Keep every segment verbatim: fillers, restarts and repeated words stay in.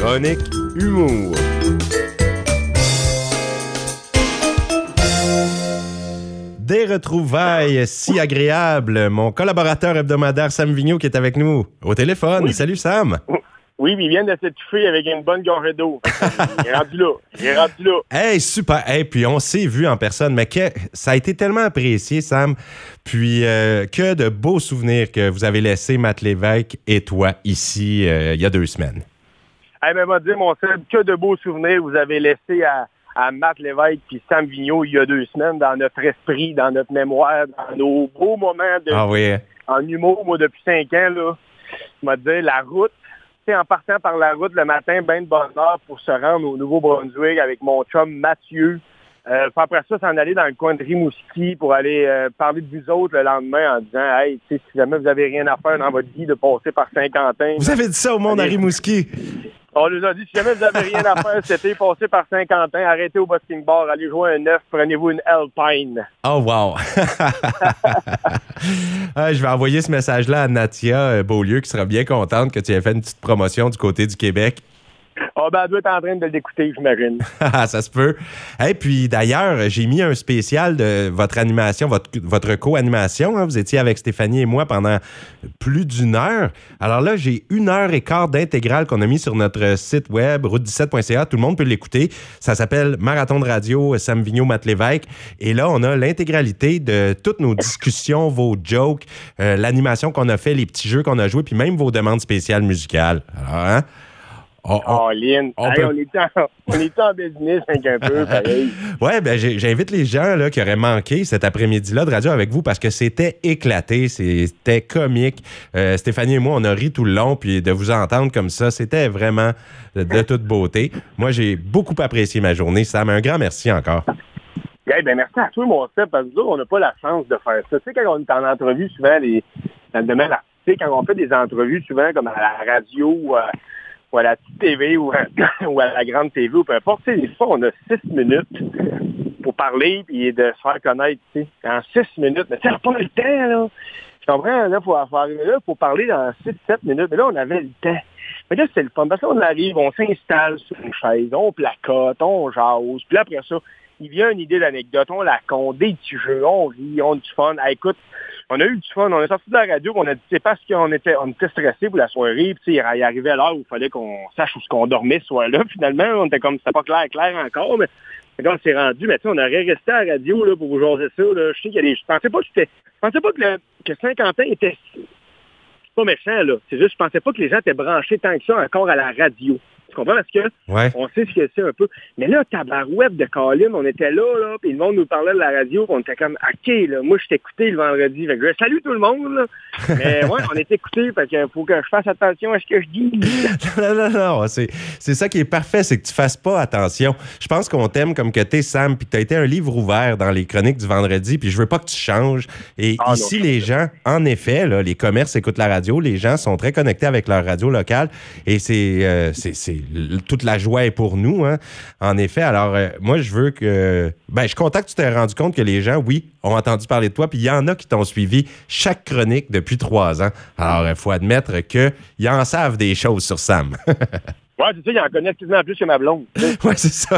Chronique Humour. Des retrouvailles si agréables. Mon collaborateur hebdomadaire Sam Vigneault qui est avec nous au téléphone. Oui. Salut Sam. Oui, mais il vient de s'étouffer avec une bonne gorgée d'eau. Il est rendu là. Il est rendu là. Hey, super. Hey, puis on s'est vu en personne, mais que, ça a été tellement apprécié, Sam. Puis euh, que de beaux souvenirs que vous avez laissés, Matt Lévesque et toi, ici, euh, il y a deux semaines. Hey, mais m'a dit, mon Seb, que de beaux souvenirs vous avez laissés à, à Matt Lévesque puis Sam Vigneault il y a deux semaines dans notre esprit, dans notre mémoire, dans nos beaux moments de, Ah oui. en humour. Moi, depuis cinq ans, là, m'a dit, la route, en partant par la route le matin, ben de bonne heure pour se rendre au Nouveau-Brunswick avec mon chum Mathieu. Euh, puis après ça, s'en aller dans le coin de Rimouski pour aller euh, parler de vous autres le lendemain en disant « Hey, tu sais, si jamais vous avez rien à faire dans votre vie, de passer par Saint-Quentin. » Vous avez dit ça au monde allez. à Rimouski. On nous a dit, si jamais vous avez rien à faire cet été, passez par Saint-Quentin, arrêtez au Busking Bar, allez jouer un neuf, prenez-vous une Alpine. Oh, wow! ah, je vais envoyer ce message-là à Natia euh, Beaulieu, qui sera bien contente que tu aies fait une petite promotion du côté du Québec. Ah, ben, elle doit être en train de l'écouter, j'imagine. Ça se peut. Et hey, puis d'ailleurs, j'ai mis un spécial de votre animation, votre, votre co-animation. Hein. Vous étiez avec Stéphanie et moi pendant plus d'une heure. Alors là, j'ai une heure et quart d'intégrale qu'on a mis sur notre site web, route dix-sept point c a. Tout le monde peut l'écouter. Ça s'appelle Marathon de radio, Sam Vigneault, Matt Lévesque. Et là, on a l'intégralité de toutes nos discussions, vos jokes, euh, l'animation qu'on a fait, les petits jeux qu'on a joués, puis même vos demandes spéciales musicales. Alors, hein? Oh, oh, Lynn, on, hey, peut... on, est en, on est en business avec un peu, pareil. Ouais, ben j'invite les gens là, qui auraient manqué cet après-midi-là de radio avec vous parce que c'était éclaté, c'était comique. Euh, Stéphanie et moi, on a ri tout le long, puis de vous entendre comme ça, c'était vraiment de, de toute beauté. Moi, j'ai beaucoup apprécié ma journée, Sam. Un grand merci encore. Hey, ben merci à toi, mon Steph, parce que nous, on n'a pas la chance de faire ça. Tu sais, quand on est en entrevue, souvent, les, dans le domaine artistique, quand on fait des entrevues, souvent, comme à la radio, euh, ou à la petite T V ou à, ou à la grande T V ou peu importe. Des fois, on a six minutes pour parler et de se faire connaître. T'sais. En six minutes, mais tu n'as pas le temps, là. Je comprends, là, pour arriver là, pour parler dans six sept minutes. Mais là, on avait le temps. Mais là, c'est le fun. Parce qu'on arrive, on s'installe sur une chaise, on placote, on jase. Puis là, après ça, il vient une idée d'anecdote, on la compte, des petits jeux, on rit, on a du fun. Ah, écoute, on a eu du fun, on est sorti de la radio, on a dit, c'est parce qu'on était, on était stressés pour la soirée, puis il arrivait à l'heure où il fallait qu'on sache où ce qu'on dormait ce soir-là. Finalement, on était comme, c'était pas clair, clair encore, mais quand on s'est rendu, mais tu sais, on aurait resté à la radio là, pour vous jaser ça. Là. Je sais qu'il y a des. Je pensais pas que c'était. Je pensais pas que, le, que Saint-Quentin était. C'est pas méchant, là. C'est juste, je pensais pas que les gens étaient branchés tant que ça encore à la radio. Tu comprends? Parce que ouais. On sait ce que c'est un peu. Mais là, tabarouette de Colin, on était là, là, puis le monde nous parlait de la radio, puis on était comme, OK, là, moi, je t'écoutais le vendredi. Fait que, salut tout le monde, là. Mais ouais, on était écoutés, fait qu'il faut que je fasse attention à ce que je dis. non, non, non, c'est, c'est ça qui est parfait, c'est que tu fasses pas attention. Je pense qu'on t'aime comme que t'es, Sam, puis que t'as été un livre ouvert dans les chroniques du vendredi, puis je veux pas que tu changes. Et ah, ici, non, les gens, en effet, là, les commerces écoutent la radio, les gens sont très connectés avec leur radio locale, et c'est, euh, c'est, c'est toute la joie est pour nous, hein. En effet, alors euh, moi je veux que ben je suis content que tu t'es rendu compte que les gens, oui, ont entendu parler de toi, puis il y en a qui t'ont suivi chaque chronique depuis trois ans. Alors il faut admettre que ils en savent des choses sur Sam. Ouais, c'est ça, ils en connaissent quasiment plus que ma blonde. Ouais, c'est ça.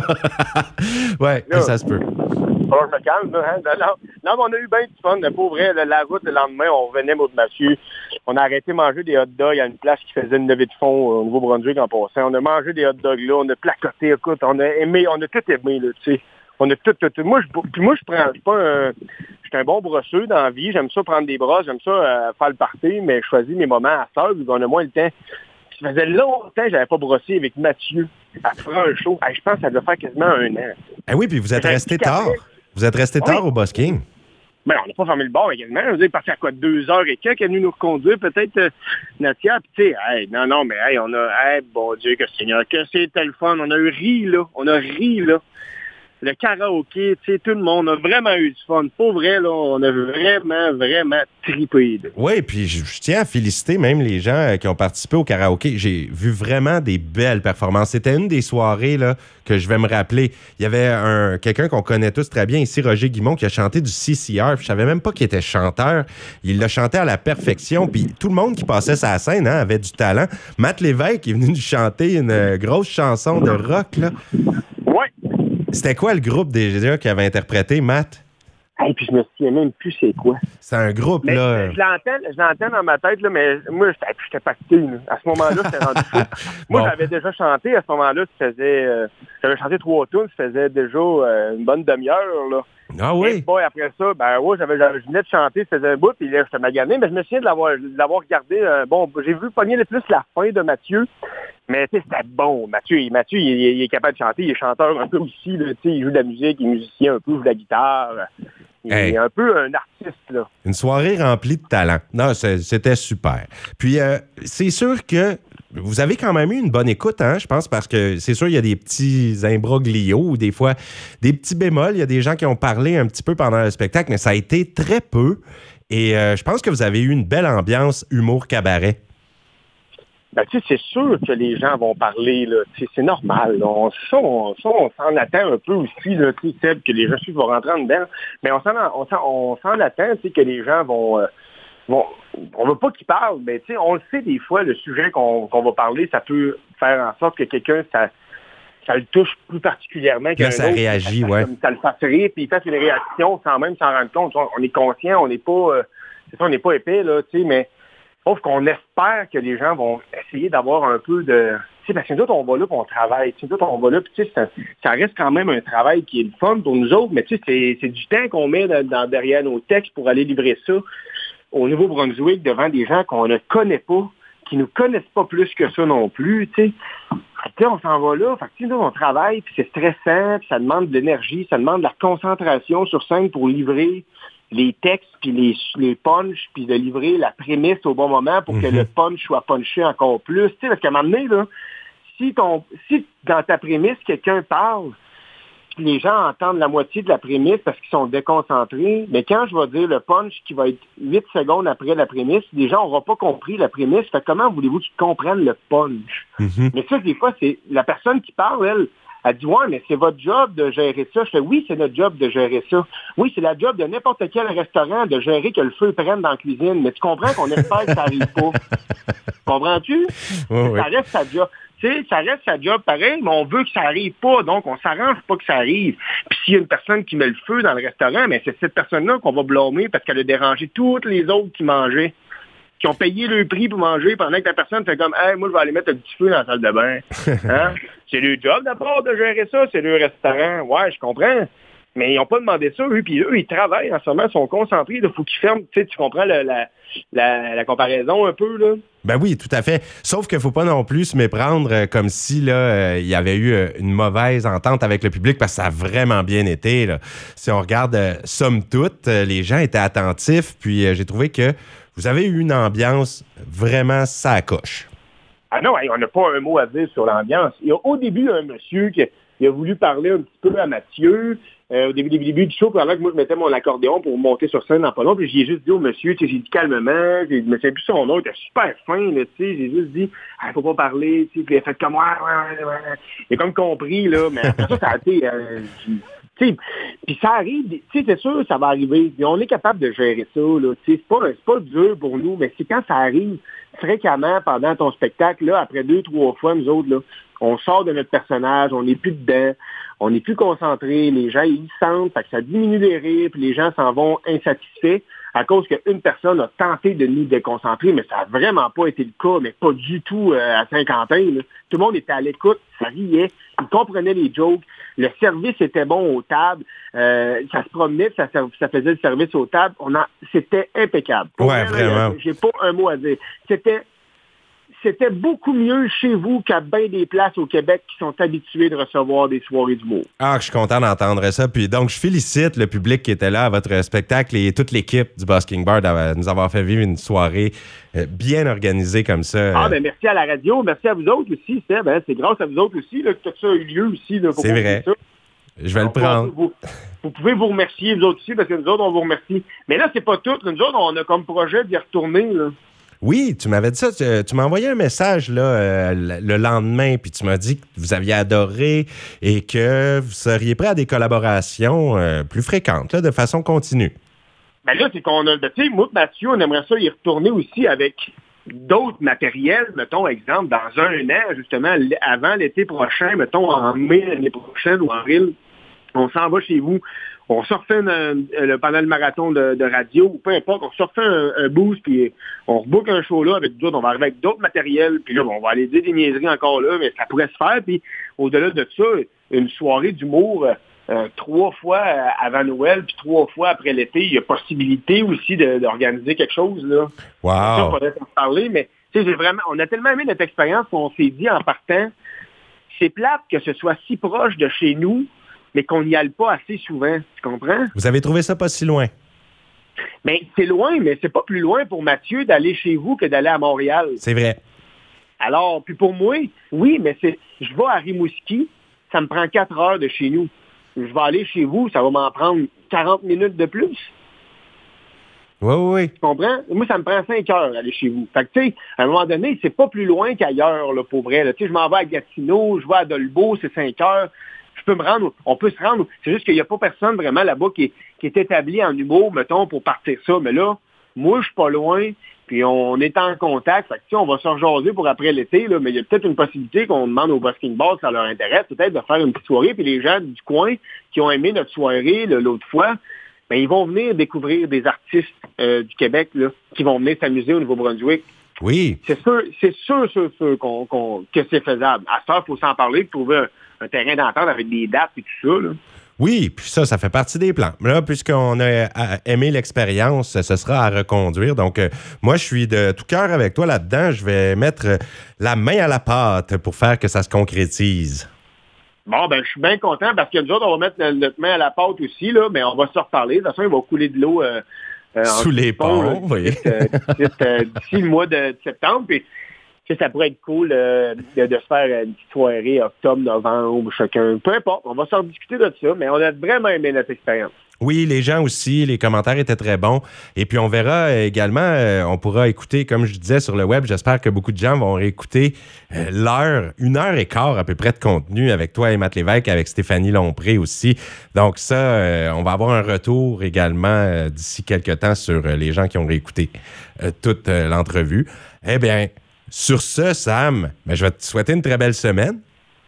ouais, là, ça se peut. Alors, je me calme, là, hein? Non, non, mais on a eu bien du fun. Pour vrai, la, la route, le lendemain, on revenait, moi, de Mathieu. On a arrêté de manger des hot dogs. Il y a une place qui faisait une levée de fond au Nouveau-Brunswick en passant. On a mangé des hot dogs là. On a placoté. Écoute, on a aimé, on a tout aimé, là, tu sais. On a tout, tout, tout. Moi, je, puis moi, je prends, je suis pas un, je suis un bon brosseux dans la vie. J'aime ça prendre des brosses. J'aime ça euh, faire le party, mais je choisis mes moments à ça, vu qu'on a moins le temps. Ça faisait longtemps que j'avais pas brossé avec Mathieu à faire un show. Hey, je pense que ça doit faire quasiment un an. Ah oui, puis vous êtes resté tard. Vous êtes resté tard oui. au Busking? Ben, on n'a pas fermé le bar également. On est parti à quoi, deux heures et quelques, elle est venue nous reconduire, peut-être, euh, Natia. Puis, tu sais, hey, non, non, mais, hey, on a, hey, bon Dieu, que Seigneur, que c'était le fun. On a eu ri, là. On a ri, là. le karaoké, tu sais, tout le monde a vraiment eu du fun. Pour vrai, là, on a vraiment, vraiment tripé. Oui, puis je, je tiens à féliciter même les gens euh, qui ont participé au karaoké. J'ai vu vraiment des belles performances. C'était une des soirées là, que je vais me rappeler. Il y avait un quelqu'un qu'on connaît tous très bien ici, Roger Guimond, qui a chanté du C C R. Je savais même pas qu'il était chanteur. Il l'a chanté à la perfection. Puis tout le monde qui passait sa scène hein, avait du talent. Matt Lévesque est venu nous chanter une euh, grosse chanson de rock. Là. Ouais. C'était quoi le groupe déjà qui avait interprété, Matt? Et hey, puis je me souviens même plus c'est quoi. C'est un groupe, mais, là. Je l'entends, je l'entends dans ma tête, là, mais moi, j'étais, j'étais pacté. Là. À ce moment-là, j'étais rendu fou. Moi, bon. J'avais déjà chanté. À ce moment-là, ça faisait... Euh, j'avais chanté trois tunes. Ça faisait déjà euh, une bonne demi-heure, là. Ah oui? Et bon, après ça, ben ouais, j'avais, j'avais, je venais de chanter, ça faisait un bout, puis là, j'étais magané, mais je me souviens de l'avoir, de l'avoir regardé. Euh, bon, j'ai vu pogner le plus la fin de Mathieu, mais tu sais, c'était bon. Mathieu, il, Mathieu il, il est capable de chanter, il est chanteur un peu aussi, là, tu sais, il joue de la musique, il est musicien un peu, il joue de la guitare. Il hey. est un peu un artiste, là. Une soirée remplie de talent. Non, c'était super. Puis, euh, c'est sûr que vous avez quand même eu une bonne écoute, hein, je pense, parce que c'est sûr, il y a des petits imbroglios ou des fois des petits bémols. Il y a des gens qui ont parlé un petit peu pendant le spectacle, mais ça a été très peu. Et euh, je pense que vous avez eu une belle ambiance humour cabaret. Ben, tu sais, c'est sûr que les gens vont parler, là. Tu sais, c'est normal, là. On, ça, on, ça, on s'en attend un peu aussi, là, tu sais, Seb, que les gens suivent vont rentrer en dedans. Mais on s'en, on s'en, on s'en attend, tu sais, que les gens vont... Euh, Bon, on veut pas qu'ils parlent, mais tu sais, on le sait des fois, le sujet qu'on, qu'on va parler, ça peut faire en sorte que quelqu'un, ça, ça le touche plus particulièrement qu'un Là, ça autre, réagit, ça, ouais. Ça, ça le fasse rire, puis il fasse une réaction sans même s'en rendre compte. On est conscient, on n'est pas, euh, c'est ça, on n'est pas épais, là, tu sais, mais sauf qu'on espère que les gens vont essayer d'avoir un peu de... Tu sais, parce que nous autres, on va là, puis on travaille. Tu sais, nous autres, on va là, puis tu sais, ça, ça reste quand même un travail qui est le fun pour nous autres, mais tu sais, c'est, c'est du temps qu'on met dans, dans, derrière nos textes pour aller livrer ça au Nouveau-Brunswick devant des gens qu'on ne connaît pas, qui ne nous connaissent pas plus que ça non plus, tu sais. Fait que on s'en va là, fait que, nous, on travaille, puis c'est stressant, puis ça demande de l'énergie, ça demande de la concentration sur scène pour livrer les textes, puis les, les punchs, puis de livrer la prémisse au bon moment pour mm-hmm. que le punch soit punché encore plus, tu sais, parce qu'à un moment donné, là, si, ton, si dans ta prémisse, quelqu'un parle, les gens entendent la moitié de la prémisse parce qu'ils sont déconcentrés. Mais quand je vais dire le punch qui va être huit secondes après la prémisse, les gens n'auront pas compris la prémisse. Fait comment voulez-vous qu'ils comprennent le punch? Mm-hmm. Mais ça, des fois, c'est la personne qui parle, elle, elle dit « Ouais, mais c'est votre job de gérer ça. » Je fais « Oui, c'est notre job de gérer ça. Oui, c'est la job de n'importe quel restaurant de gérer que le feu prenne dans la cuisine. Mais tu comprends qu'on espère que ça n'arrive pas. Comprends-tu? Oh, oui. Ça reste sa job. Tu sais, ça reste sa job pareil, mais on veut que ça arrive pas, donc on s'arrange pas que ça arrive. Puis s'il y a une personne qui met le feu dans le restaurant, mais c'est cette personne-là qu'on va blâmer parce qu'elle a dérangé toutes les autres qui mangeaient, qui ont payé le prix pour manger pendant que la personne fait comme « Hey, moi, je vais aller mettre un petit feu dans la salle de bain. » Hein? C'est le job d'abord de gérer ça, c'est le restaurant. Ouais, je comprends. Mais ils n'ont pas demandé ça, eux, puis eux, ils travaillent en ce moment, ils sont concentrés, il faut qu'ils ferment, tu sais, tu comprends la, la, la, la comparaison un peu, là? Ben oui, tout à fait. Sauf qu'il ne faut pas non plus se méprendre euh, comme si là euh, il y avait eu euh, une mauvaise entente avec le public, parce que ça a vraiment bien été, là. Si on regarde, euh, somme toute, euh, les gens étaient attentifs, puis euh, j'ai trouvé que vous avez eu une ambiance vraiment sacoche. Ah non, on n'a pas un mot à dire sur l'ambiance. Il y a au début un monsieur qui il a voulu parler un petit peu à Mathieu, euh, au début, début, début du show, pendant que moi je mettais mon accordéon pour monter sur scène dans pas long, puis j'ai juste dit au monsieur, tu sais, j'ai dit calmement, j'ai dit, mais c'est plus son nom, il était super fin, là, tu sais, j'ai juste dit, ah, faut pas parler, tu sais, puis il a fait comme, ouais, ouais, ouais, ouais. Il a comme compris, là, mais après ça, ça a été, euh, tu sais, puis ça arrive, tu sais, c'est sûr, ça va arriver, puis on est capable de gérer ça, là, tu sais, c'est pas, c'est pas dur pour nous, mais c'est quand ça arrive fréquemment pendant ton spectacle, là, après deux, trois fois, nous autres, là, on sort de notre personnage, on n'est plus dedans, on n'est plus concentré, les gens, ils sentent, fait que ça diminue les rires, puis les gens s'en vont insatisfaits à cause qu'une personne a tenté de nous déconcentrer, mais ça n'a vraiment pas été le cas, mais pas du tout euh, à Saint-Quentin, là. Tout le monde était à l'écoute, ça riait, ils comprenaient les jokes, le service était bon aux tables, euh, ça se promenait, ça, ça faisait le service aux tables, on a, c'était impeccable. Pour ouais, vrai, vraiment. Là, j'ai pas un mot à dire. C'était C'était beaucoup mieux chez vous qu'à bien des places au Québec qui sont habitués de recevoir des soirées d'humour. Ah, je suis content d'entendre ça. Puis donc, je félicite le public qui était là à votre spectacle et toute l'équipe du Busking Bar de nous avoir fait vivre une soirée bien organisée comme ça. Ah, ben merci à la radio. Merci à vous autres aussi, Seb. Hein? C'est grâce à vous autres aussi là, que tout ça a eu lieu aussi. Là, C'est vrai. Je vais Donc, le prendre. Vous, vous pouvez vous remercier, vous autres aussi, parce que nous autres, on vous remercie. Mais là, c'est pas tout. Nous autres, on a comme projet d'y retourner, là. Oui, tu m'avais dit ça. Tu, tu m'as envoyé un message là, euh, le lendemain, puis tu m'as dit que vous aviez adoré et que vous seriez prêt à des collaborations euh, plus fréquentes, là, de façon continue. Ben là, c'est qu'on a, tu sais, moi, Mathieu, on aimerait ça y retourner aussi avec d'autres matériels, mettons, exemple, dans un an, justement, avant l'été prochain, mettons, en mai l'année prochaine ou en avril, on s'en va chez vous. On se refait une, une, pendant le marathon de, de radio, ou peu importe, on se refait un, un boost, puis on rebook un show là avec d'autres, on va arriver avec d'autres matériels, puis là, on va aller dire des niaiseries encore là, mais ça pourrait se faire, puis au-delà de ça, une soirée d'humour euh, trois fois avant Noël, puis trois fois après l'été, il y a possibilité aussi de, d'organiser quelque chose, là. Wow! Ça, on pourrait en parler, mais tu sais, j'ai vraiment, on a tellement aimé notre expérience qu'on s'est dit en partant, c'est plate que ce soit si proche de chez nous, mais qu'on n'y aille pas assez souvent. Tu comprends? Vous avez trouvé ça pas si loin? Bien, c'est loin, mais c'est pas plus loin pour Mathieu d'aller chez vous que d'aller à Montréal. C'est vrai. Alors, puis pour moi, oui, mais c'est, je vais à Rimouski, ça me prend quatre heures de chez nous. Je vais aller chez vous, ça va m'en prendre quarante minutes de plus. Oui, oui, oui. Tu comprends? Moi, ça me prend cinq heures d'aller chez vous. Fait que, tu sais, à un moment donné, c'est pas plus loin qu'ailleurs, là, pour vrai. Tu sais, je m'en vais à Gatineau, je vais à Dolbeau, c'est cinq heures. Je peux me rendre, on peut se rendre. C'est juste qu'il n'y a pas personne vraiment là-bas qui est, qui est établi en humour, mettons, pour partir ça. Mais là, moi, je suis pas loin, puis on est en contact. Fait que, tu sais, on va se rejaser pour après l'été, là, mais il y a peut-être une possibilité qu'on demande au Busking Bar, si ça leur intéresse, peut-être de faire une petite soirée, puis les gens du coin qui ont aimé notre soirée là, l'autre fois, ben, ils vont venir découvrir des artistes euh, du Québec là, qui vont venir s'amuser au Nouveau-Brunswick. Oui. C'est sûr, c'est sûr, sûr, sûr qu'on, qu'on, que c'est faisable. À ça, il faut s'en parler, trouver un, un terrain d'entente avec des dates et tout ça, là. Oui, puis ça, ça fait partie des plans. Là, puisqu'on a aimé l'expérience, ce sera à reconduire. Donc, euh, moi, je suis de tout cœur avec toi là-dedans. Je vais mettre la main à la pâte pour faire que ça se concrétise. Bon, ben, je suis bien content parce que nous autres, on va mettre notre main à la pâte aussi, là, mais on va se reparler. De toute façon, il va couler de l'eau euh, euh, sous les ponts, là, oui. D'ici, euh, euh, d'ici le mois de septembre. Puis, tu sais, ça pourrait être cool euh, de, de se faire une petite soirée octobre, novembre, chacun. Peu importe, on va s'en discuter de ça, mais on a vraiment aimé notre expérience. Oui, les gens aussi, les commentaires étaient très bons. Et puis, on verra également, euh, on pourra écouter, comme je disais, sur le web, j'espère que beaucoup de gens vont réécouter euh, l'heure, une heure et quart à peu près de contenu avec toi et Matt Lévesque, avec Stéphanie Lompré aussi. Donc ça, euh, on va avoir un retour également euh, d'ici quelques temps sur euh, les gens qui ont réécouté euh, toute euh, l'entrevue. Eh bien, sur ce, Sam, ben, je vais te souhaiter une très belle semaine.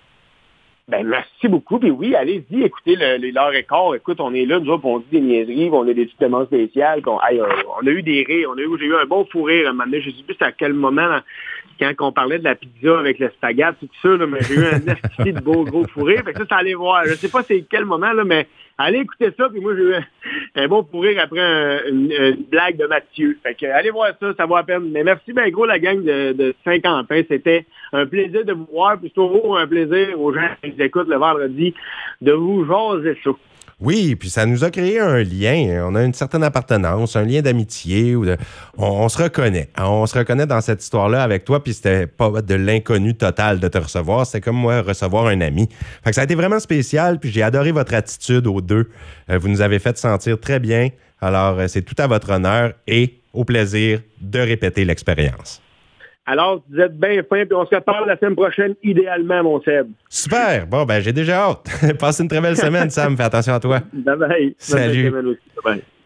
Ben, merci beaucoup. Puis oui, allez-y, écoutez le, le, l'heure et quart. Écoute, on est là, nous autres, on dit des niaiseries, on a des petites demandes spéciales. On, hey, on, on a eu des rires. On a eu, j'ai eu un bon fou rire un moment donné. Je ne sais plus à quel moment, là, quand on parlait de la pizza avec le spaghetti, tout ça, là, mais j'ai eu un petit de beau gros fou rire. Fait que ça, ça allait voir. Je ne sais pas c'est quel moment, là, mais allez écouter ça. Puis moi, j'ai eu un, un bon fou rire après un, une, une blague de Mathieu. Fait que allez voir ça, ça vaut la peine. Mais merci bien gros, la gang de, de Saint-Quentin. C'était un plaisir de vous voir. Puis c'est toujours un plaisir aux gens qui nous écoutent le vendredi de vous jaser ça. Oui, puis ça nous a créé un lien. On a une certaine appartenance, un lien d'amitié. Ou de... on, on se reconnaît. On se reconnaît dans cette histoire-là avec toi, puis c'était pas de l'inconnu total de te recevoir. C'était comme moi, recevoir un ami. Fait que ça a été vraiment spécial, puis j'ai adoré votre attitude aux deux. Euh, vous nous avez fait sentir très bien. Alors, euh, c'est tout à votre honneur et au plaisir de répéter l'expérience. Alors, vous êtes bien fin, puis on se reparle la semaine prochaine, idéalement, mon Seb. Super! Bon, ben j'ai déjà hâte. Passe une très belle semaine, Sam. Fais attention à toi. Bye bye. Salut. Bye bye.